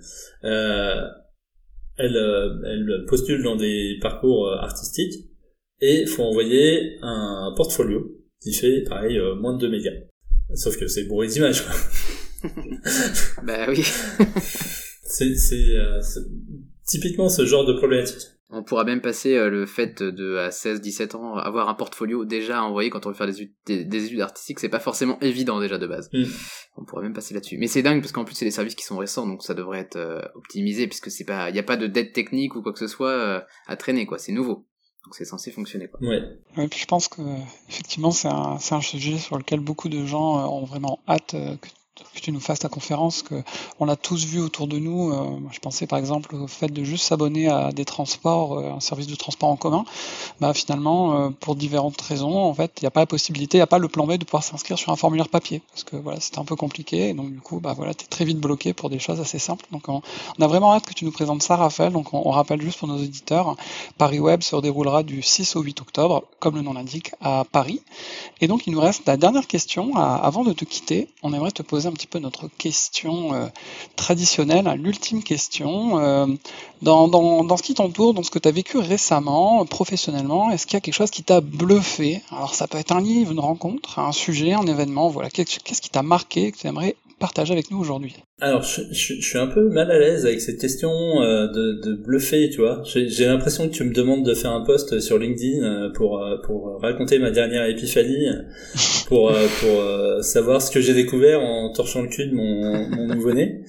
elle postule dans des parcours artistiques et faut envoyer un portfolio qui fait pareil moins de 2 mégas. Sauf que c'est bourré d'images, quoi. Bah oui. c'est typiquement ce genre de problématique. On pourra même passer le fait de, à 16-17 ans, avoir un portfolio déjà envoyé quand on veut faire des études artistiques, c'est pas forcément évident déjà de base. On pourrait même passer là-dessus. Mais c'est dingue parce qu'en plus c'est des services qui sont récents, donc ça devrait être optimisé puisque c'est pas, y a pas de dette technique ou quoi que ce soit à traîner, quoi. C'est nouveau. Donc c'est censé fonctionner, quoi. Ouais. Ouais, puis je pense que effectivement c'est un sujet sur lequel beaucoup de gens ont vraiment hâte que tu nous fasses ta conférence, que on l'a tous vu autour de nous. Je pensais par exemple au fait de juste s'abonner à des transports, un service de transport en commun. Bah finalement, pour différentes raisons, en fait, il n'y a pas la possibilité, il n'y a pas le plan B de pouvoir s'inscrire sur un formulaire papier, parce que voilà, c'était un peu compliqué. Et donc du coup, bah voilà, t'es très vite bloqué pour des choses assez simples. Donc on a vraiment hâte que tu nous présentes ça, Raphaël. Donc on rappelle juste pour nos auditeurs, Paris Web se déroulera du 6 au 8 octobre, comme le nom l'indique, à Paris. Et donc il nous reste la dernière question. Avant de te quitter, on aimerait te poser un petit peu notre question traditionnelle, l'ultime question. Dans ce qui t'entoure, dans ce que tu as vécu récemment, professionnellement, est-ce qu'il y a quelque chose qui t'a bluffé? Alors ça peut être un livre, une rencontre, un sujet, un événement, voilà. Qu'est-ce qui t'a marqué, que tu aimerais partager avec nous aujourd'hui? Alors, je suis un peu mal à l'aise avec cette question de bluffer, tu vois. J'ai l'impression que tu me demandes de faire un post sur LinkedIn pour raconter ma dernière épiphanie, pour savoir ce que j'ai découvert en torchant le cul de mon nouveau-né.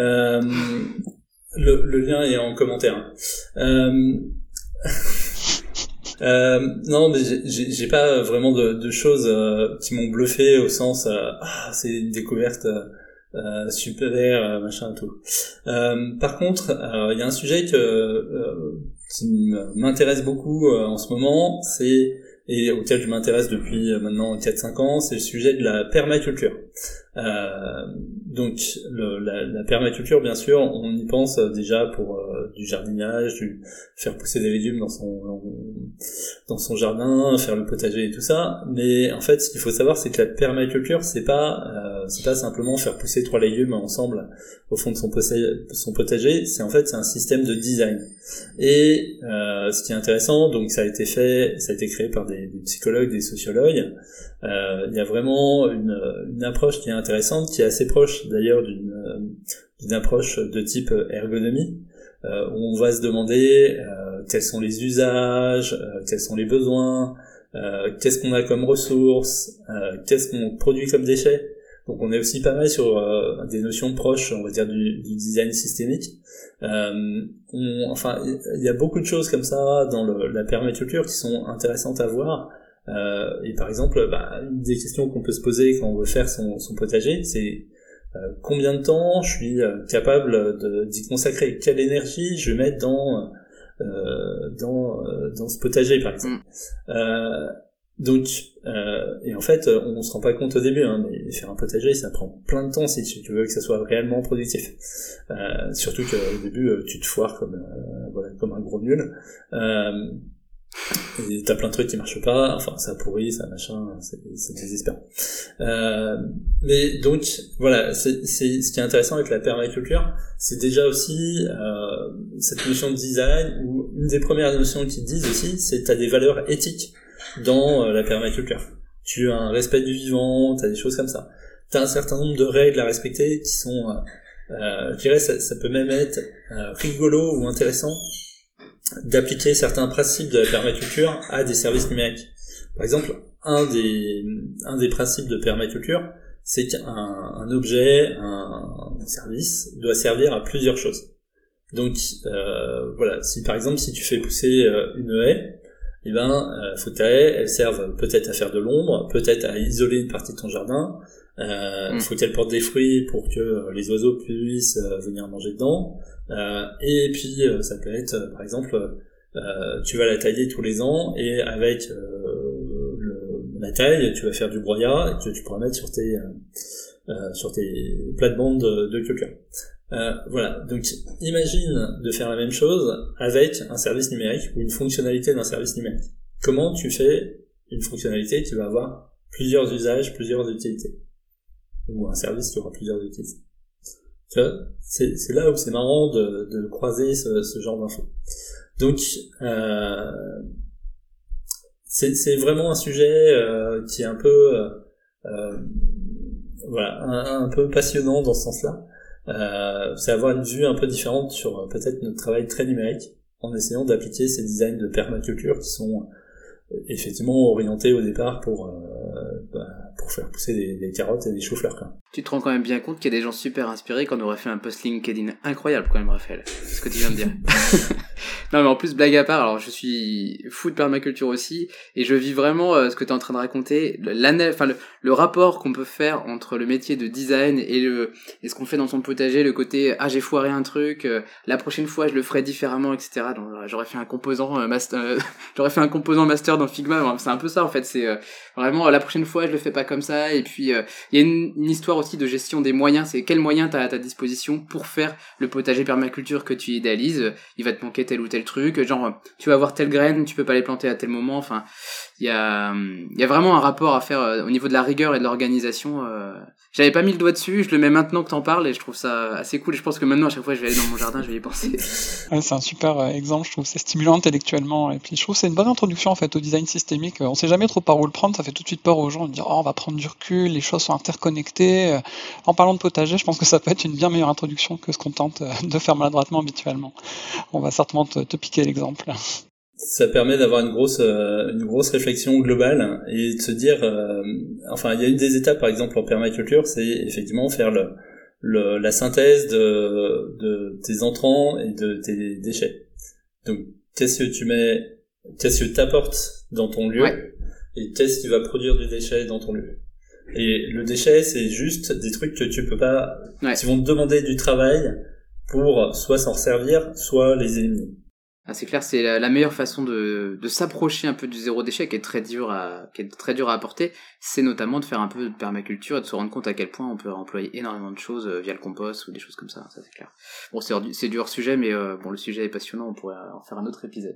Le lien est en commentaire. Non, mais j'ai pas vraiment de choses qui m'ont bluffé au sens c'est une découverte super machin tout. Par contre, il y a un sujet qui m'intéresse beaucoup en ce moment, et auquel je m'intéresse depuis maintenant 4-5 ans, c'est le sujet de la permaculture. Donc la permaculture, bien sûr, on y pense déjà pour du jardinage, faire pousser des légumes dans son jardin, faire le potager et tout ça. Mais en fait, ce qu'il faut savoir, c'est que la permaculture, c'est pas simplement faire pousser 3 légumes ensemble au fond de son potager. C'est un système de design. Et ce qui est intéressant, donc ça a été créé par des psychologues, des sociologues. Il y a vraiment une approche qui est intéressante, qui est assez proche d'ailleurs d'une approche de type ergonomie, où on va se demander quels sont les usages, quels sont les besoins, qu'est-ce qu'on a comme ressources, qu'est-ce qu'on produit comme déchets. Donc on est aussi pas mal sur des notions proches, on va dire, du design systémique. Il y a beaucoup de choses comme ça dans la permaculture qui sont intéressantes à voir. Et par exemple, une des questions qu'on peut se poser quand on veut faire son potager, c'est combien de temps je suis capable d'y consacrer, quelle énergie je vais mettre dans ce potager, par exemple. Et en fait, on se rend pas compte au début, mais faire un potager, ça prend plein de temps si tu veux que ça soit réellement productif. Surtout qu'au début, tu te foires comme un gros nul. Et t'as plein de trucs qui marchent pas, ça pourrit, ça machin, c'est désespérant. Mais donc, voilà, c'est ce qui est intéressant avec la permaculture, c'est déjà aussi cette notion de design, où une des premières notions qu'ils disent aussi, c'est t'as des valeurs éthiques dans la permaculture. Tu as un respect du vivant, t'as des choses comme ça. T'as un certain nombre de règles à respecter qui sont, je dirais, ça peut même être rigolo ou intéressant d'appliquer certains principes de la permaculture à des services numériques. Par exemple, un des principes de permaculture, c'est qu'un objet, un service, doit servir à plusieurs choses. Donc, si par exemple, si tu fais pousser une haie, faut que ta haie, elle serve peut-être à faire de l'ombre, peut-être à isoler une partie de ton jardin, faut qu'elle porte des fruits pour que les oiseaux puissent venir manger dedans, et puis ça peut être par exemple tu vas la tailler tous les ans et avec la taille, tu vas faire du broyat que tu pourras mettre sur tes plates-bandes de culture. Voilà, donc imagine de faire la même chose avec un service numérique ou une fonctionnalité d'un service numérique. Comment tu fais une fonctionnalité qui va avoir plusieurs usages, plusieurs utilités, ou un service qui aura plusieurs utilités. Tu vois, c'est là où c'est marrant de croiser ce genre d'infos. Donc c'est vraiment un sujet qui est un peu voilà, un peu passionnant dans ce sens-là. C'est avoir une vue un peu différente sur peut-être notre travail très numérique en essayant d'appliquer ces designs de permaculture qui sont effectivement orientés au départ pour faire pousser des carottes et des choux-fleurs quand même. Tu te rends quand même bien compte qu'il y a des gens super inspirés qu'on aurait fait un post LinkedIn incroyable quand même, Raphaël, ce que tu viens de dire. Non mais en plus, blague à part, alors je suis fou de permaculture aussi, et je vis vraiment ce que tu es en train de raconter, le rapport qu'on peut faire entre le métier de design et ce qu'on fait dans son potager, le côté j'ai foiré un truc, la prochaine fois je le ferai différemment, etc. Donc j'aurais fait un composant master dans Figma, c'est un peu ça en fait, c'est vraiment la prochaine fois je le fais pas comme ça, et puis il y a une histoire aussi de gestion des moyens, c'est quels moyens t'as à ta disposition pour faire le potager permaculture que tu idéalises. Il va te manquer tel ou tel truc, genre tu vas avoir telle graine, tu peux pas les planter à tel moment, enfin il y a vraiment un rapport à faire au niveau de la rigueur et de l'organisation. J'avais pas mis le doigt dessus, je le mets maintenant que t'en parles et je trouve ça assez cool, et je pense que maintenant à chaque fois que je vais aller dans mon jardin je vais y penser. Ouais, c'est un super exemple, je trouve, c'est stimulant intellectuellement, et puis je trouve que c'est une bonne introduction en fait au design systémique. On sait jamais trop par où le prendre, ça fait tout de suite peur aux gens de dire on va prendre du recul, les choses sont interconnectées. En parlant de potager, je pense que ça peut être une bien meilleure introduction que ce qu'on tente de faire maladroitement habituellement. On va certainement te piquer l'exemple. Ça permet d'avoir une grosse réflexion globale et de se dire, enfin, il y a une des étapes, par exemple, en permaculture, c'est effectivement faire la synthèse de tes entrants et de tes déchets. Donc, qu'est-ce que t'apportes dans ton lieu, ouais, et qu'est-ce qui va produire du déchet dans ton lieu. Et le déchet, c'est juste des trucs que tu peux pas, ouais, qui vont te demander du travail pour soit s'en servir, soit les éliminer. Ah, c'est clair, c'est la meilleure façon de s'approcher un peu du zéro déchet qui est très dur à apporter, c'est notamment de faire un peu de permaculture et de se rendre compte à quel point on peut employer énormément de choses via le compost ou des choses comme ça c'est clair. Bon, c'est du hors sujet, mais bon, le sujet est passionnant, on pourrait en faire un autre épisode.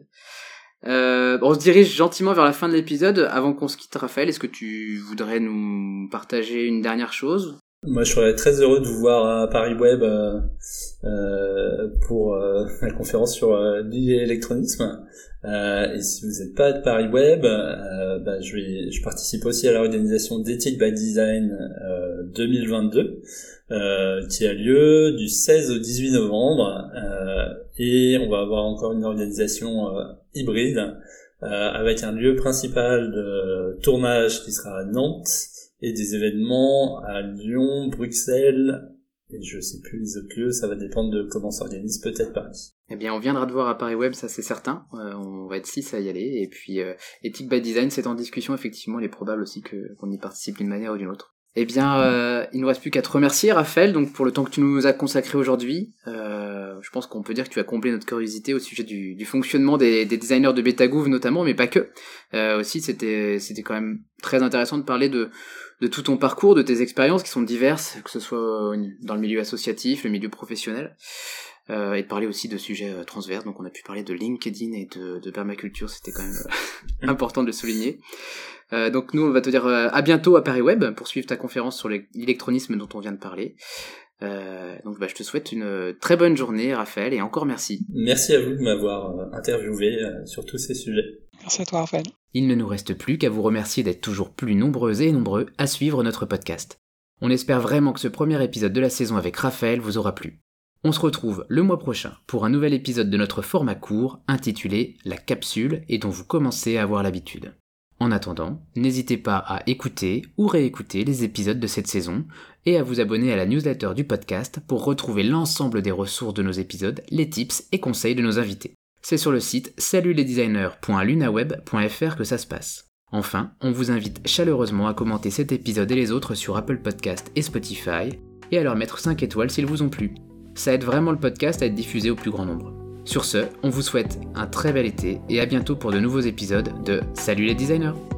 On se dirige gentiment vers la fin de l'épisode. Avant qu'on se quitte, Raphaël, est-ce que tu voudrais nous partager une dernière chose ? Moi, je serais très heureux de vous voir à Paris Web pour la conférence sur l'électronisme. Et si vous n'êtes pas de Paris Web, je participe aussi à l'organisation d'Ethic by Design 2022, qui a lieu du 16 au 18 novembre. Et on va avoir encore une organisation hybride avec un lieu principal de tournage qui sera à Nantes, et des événements à Lyon, Bruxelles, et je sais plus les autres lieux, ça va dépendre de comment s'organise, peut-être Paris. Eh bien, on viendra te voir à Paris Web, ça c'est certain, on va être 6 à y aller, et puis Ethic by Design, c'est en discussion, effectivement, il est probable aussi qu'on y participe d'une manière ou d'une autre. Eh bien, il ne nous reste plus qu'à te remercier, Raphaël, donc pour le temps que tu nous as consacré aujourd'hui. Je pense qu'on peut dire que tu as comblé notre curiosité au sujet du fonctionnement des designers de Betagouv notamment, mais pas que. Aussi, c'était quand même très intéressant de parler de tout ton parcours, de tes expériences qui sont diverses, que ce soit dans le milieu associatif, le milieu professionnel, et de parler aussi de sujets transverses. Donc on a pu parler de LinkedIn et de permaculture, c'était quand même important de le souligner. Donc nous on va te dire à bientôt à Paris Web pour suivre ta conférence sur l'électronisme dont on vient de parler. Donc je te souhaite une très bonne journée, Raphaël, et encore merci. Merci à vous de m'avoir interviewé sur tous ces sujets. Merci à toi, Raphaël. Il ne nous reste plus qu'à vous remercier d'être toujours plus nombreuses et nombreux à suivre notre podcast. On espère vraiment que ce premier épisode de la saison avec Raphaël vous aura plu. On se retrouve le mois prochain pour un nouvel épisode de notre format court intitulé La Capsule et dont vous commencez à avoir l'habitude. En attendant, n'hésitez pas à écouter ou réécouter les épisodes de cette saison et à vous abonner à la newsletter du podcast pour retrouver l'ensemble des ressources de nos épisodes, les tips et conseils de nos invités. C'est sur le site salutlesdesigners.lunaweb.fr que ça se passe. Enfin, on vous invite chaleureusement à commenter cet épisode et les autres sur Apple Podcast et Spotify et à leur mettre 5 étoiles s'ils vous ont plu. Ça aide vraiment le podcast à être diffusé au plus grand nombre. Sur ce, on vous souhaite un très bel été et à bientôt pour de nouveaux épisodes de Salut les designers!